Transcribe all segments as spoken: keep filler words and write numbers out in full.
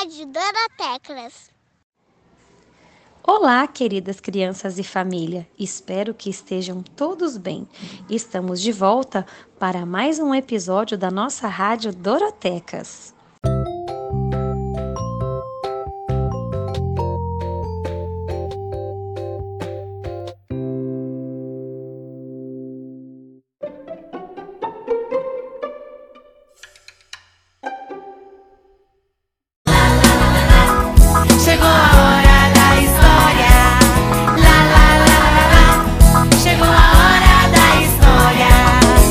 Rádio Dorotecas. Olá, queridas crianças e família. Espero que estejam todos bem. Estamos de volta para mais um episódio da nossa Rádio Dorotecas. Chegou a hora da história. Lá, lá, lá, lá, lá. Chegou a hora da história.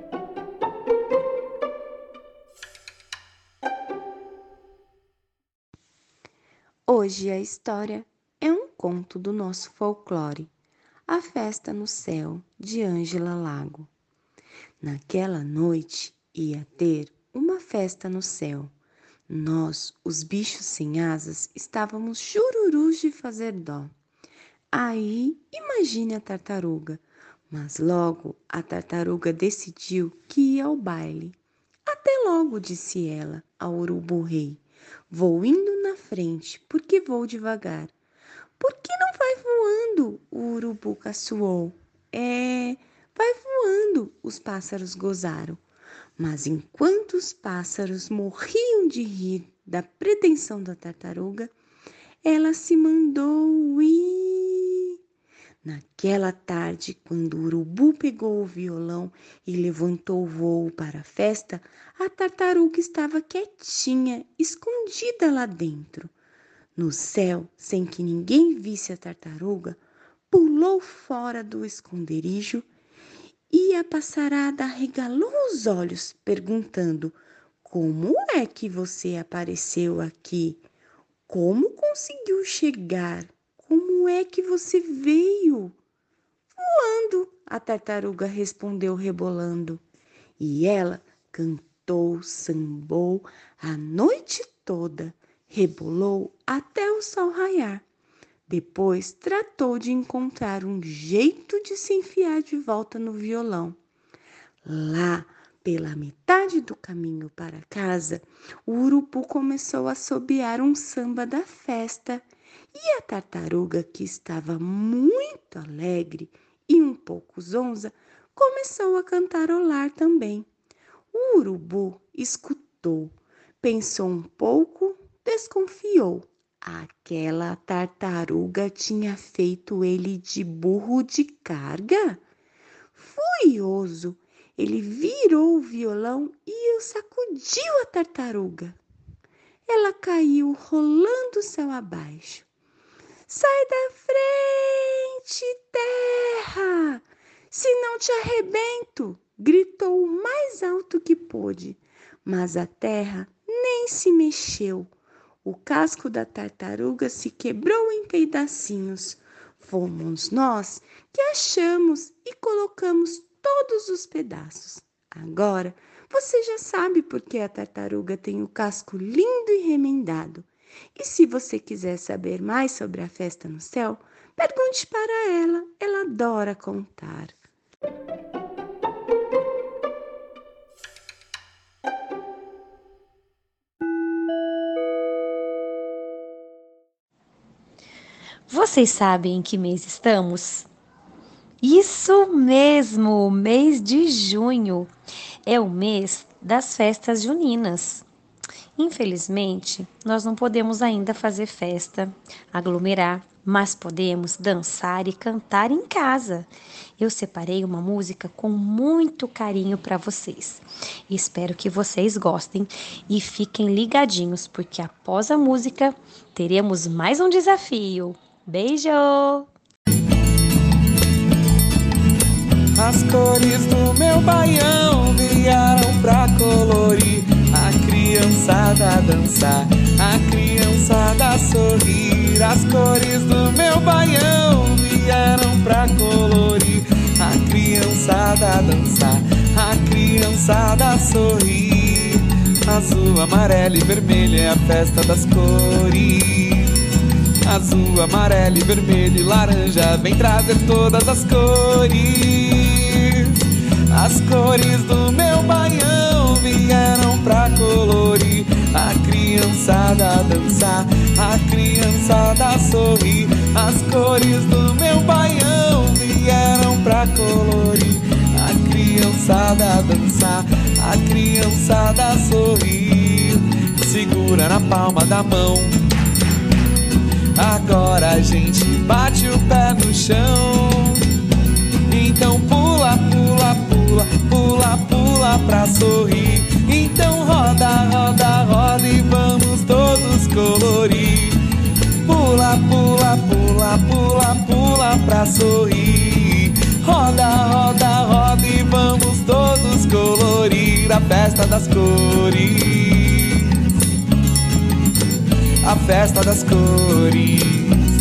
Hoje a história é um conto do nosso folclore, A Festa no Céu, de Ângela Lago. Naquela noite ia ter uma festa no céu. Nós, os bichos sem asas, estávamos chururus de fazer dó. Aí, imagine a tartaruga. Mas logo a tartaruga decidiu que ia ao baile. Até logo, disse ela ao urubu-rei. Vou indo na frente, porque vou devagar. Por que não vai voando? O urubu caçoou. É, vai voando, os pássaros gozaram. Mas enquanto os pássaros morriam de rir da pretensão da tartaruga, ela se mandou ir. Naquela tarde, quando o urubu pegou o violão e levantou o voo para a festa, a tartaruga estava quietinha, escondida lá dentro. No céu, sem que ninguém visse a tartaruga, pulou fora do esconderijo e a passarada arregalou os olhos, perguntando: como é que você apareceu aqui? Como conseguiu chegar? Como é que você veio? Voando, a tartaruga respondeu rebolando. E ela cantou, sambou a noite toda, rebolou até o sol raiar. Depois tratou de encontrar um jeito de se enfiar de volta no violão. Lá, pela metade do caminho para casa, o urubu começou a assobiar um samba da festa e a tartaruga, que estava muito alegre e um pouco zonza, começou a cantarolar também. O urubu escutou, pensou um pouco, desconfiou. Aquela tartaruga tinha feito ele de burro de carga? Furioso, ele virou o violão e o sacudiu a tartaruga. Ela caiu rolando céu abaixo. Sai da frente, terra! Senão te arrebento! Gritou o mais alto que pôde, mas a terra nem se mexeu. O casco da tartaruga se quebrou em pedacinhos. Fomos nós que achamos e colocamos todos os pedaços. Agora você já sabe por que a tartaruga tem o casco lindo e remendado. E se você quiser saber mais sobre a festa no céu, pergunte para ela, ela adora contar. Vocês sabem em que mês estamos? Isso mesmo, mês de junho. É o mês das festas juninas. Infelizmente, nós não podemos ainda fazer festa, aglomerar, mas podemos dançar e cantar em casa. Eu separei uma música com muito carinho para vocês. Espero que vocês gostem e fiquem ligadinhos, porque após a música teremos mais um desafio. Beijo! As cores do meu baião vieram pra colorir a criançada a dançar, a criançada a sorrir. As cores do meu baião vieram pra colorir a criançada a dançar, a criançada a sorrir. Azul, amarelo e vermelho é a festa das cores. Azul, amarelo e vermelho e laranja vem trazer todas as cores. As cores do meu baião vieram pra colorir a criançada dançar, a criançada sorrir. As cores do meu baião vieram pra colorir, a criançada dançar, a criançada sorrir. Segura na palma da mão, agora a gente bate o pé no chão. Então pula, pula, pula, pula, pula pra sorrir. Então roda, roda, roda e vamos todos colorir. Pula, pula, pula, pula, pula pra sorrir. Roda, roda, roda e vamos todos colorir a festa das cores, a festa das cores.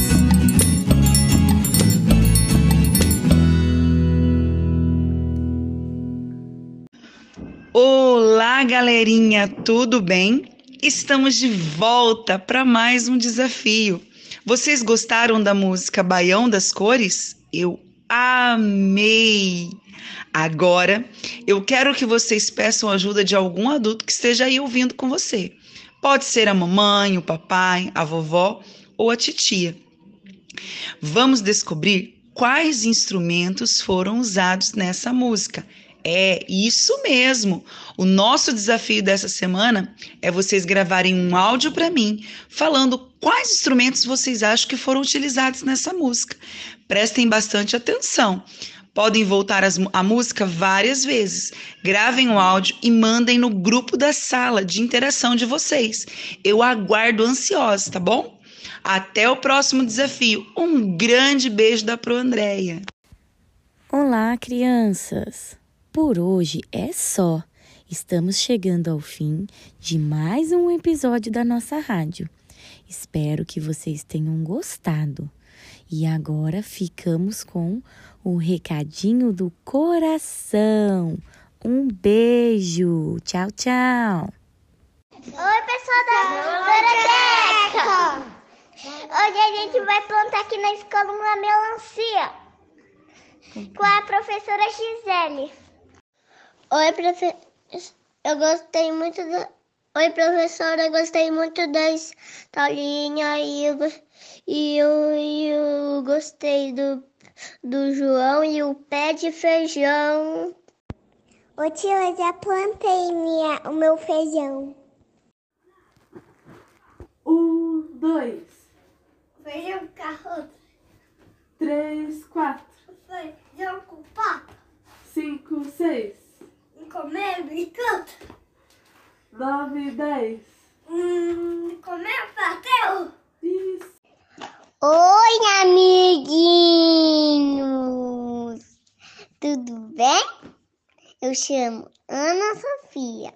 Olá, galerinha, tudo bem? Estamos de volta para mais um desafio. Vocês gostaram da música Baião das Cores? Eu amei! Agora, eu quero que vocês peçam ajuda de algum adulto que esteja aí ouvindo com você. Pode ser a mamãe, o papai, a vovó ou a titia. Vamos descobrir quais instrumentos foram usados nessa música. É isso mesmo! O nosso desafio dessa semana é vocês gravarem um áudio para mim falando quais instrumentos vocês acham que foram utilizados nessa música. Prestem bastante atenção. Podem voltar as, a música várias vezes. Gravem o áudio e mandem no grupo da sala de interação de vocês. Eu aguardo ansiosa, tá bom? Até o próximo desafio. Um grande beijo da Pro Andréia. Olá, crianças! Por hoje é só. Estamos chegando ao fim de mais um episódio da nossa rádio. Espero que vocês tenham gostado. E agora ficamos com o recadinho do coração. Um beijo. Tchau, tchau. Oi, pessoal da biblioteca! Hoje a gente vai plantar aqui na escola uma melancia com a professora Gisele. Oi, profe... eu gostei muito da... Oi, professora, eu gostei muito da historinha e eu, e eu, e eu gostei do, do João e o pé de feijão. Ô tio, eu já plantei minha, o meu feijão. Um, dois, Feijão com arroz, três, quatro, feijão com papo, cinco, seis, comer bicudo, nove, dez. hum, comer pastel. Isso. Oi, amiguinhos! Tudo bem? Eu chamo Ana Sofia.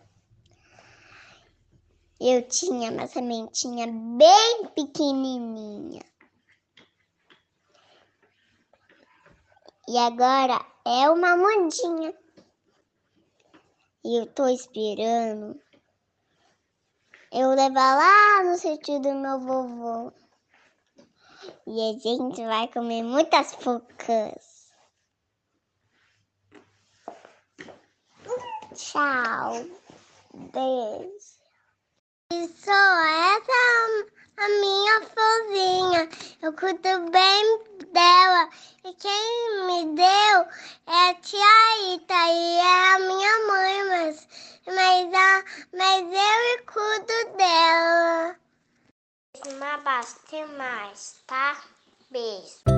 Eu tinha uma sementinha bem pequenininha. E agora é uma mudinha. E eu tô esperando eu levar lá no sítio do meu vovô. E a gente vai comer muitas focas. Tchau. Beijo. E sou essa a minha florzinha. Eu cuido bem dela. E quem me deu é a tia Ita e é a minha mãe, mas, mas, a, mas eu cuido dela. Uma basta mais, tá? Beijo.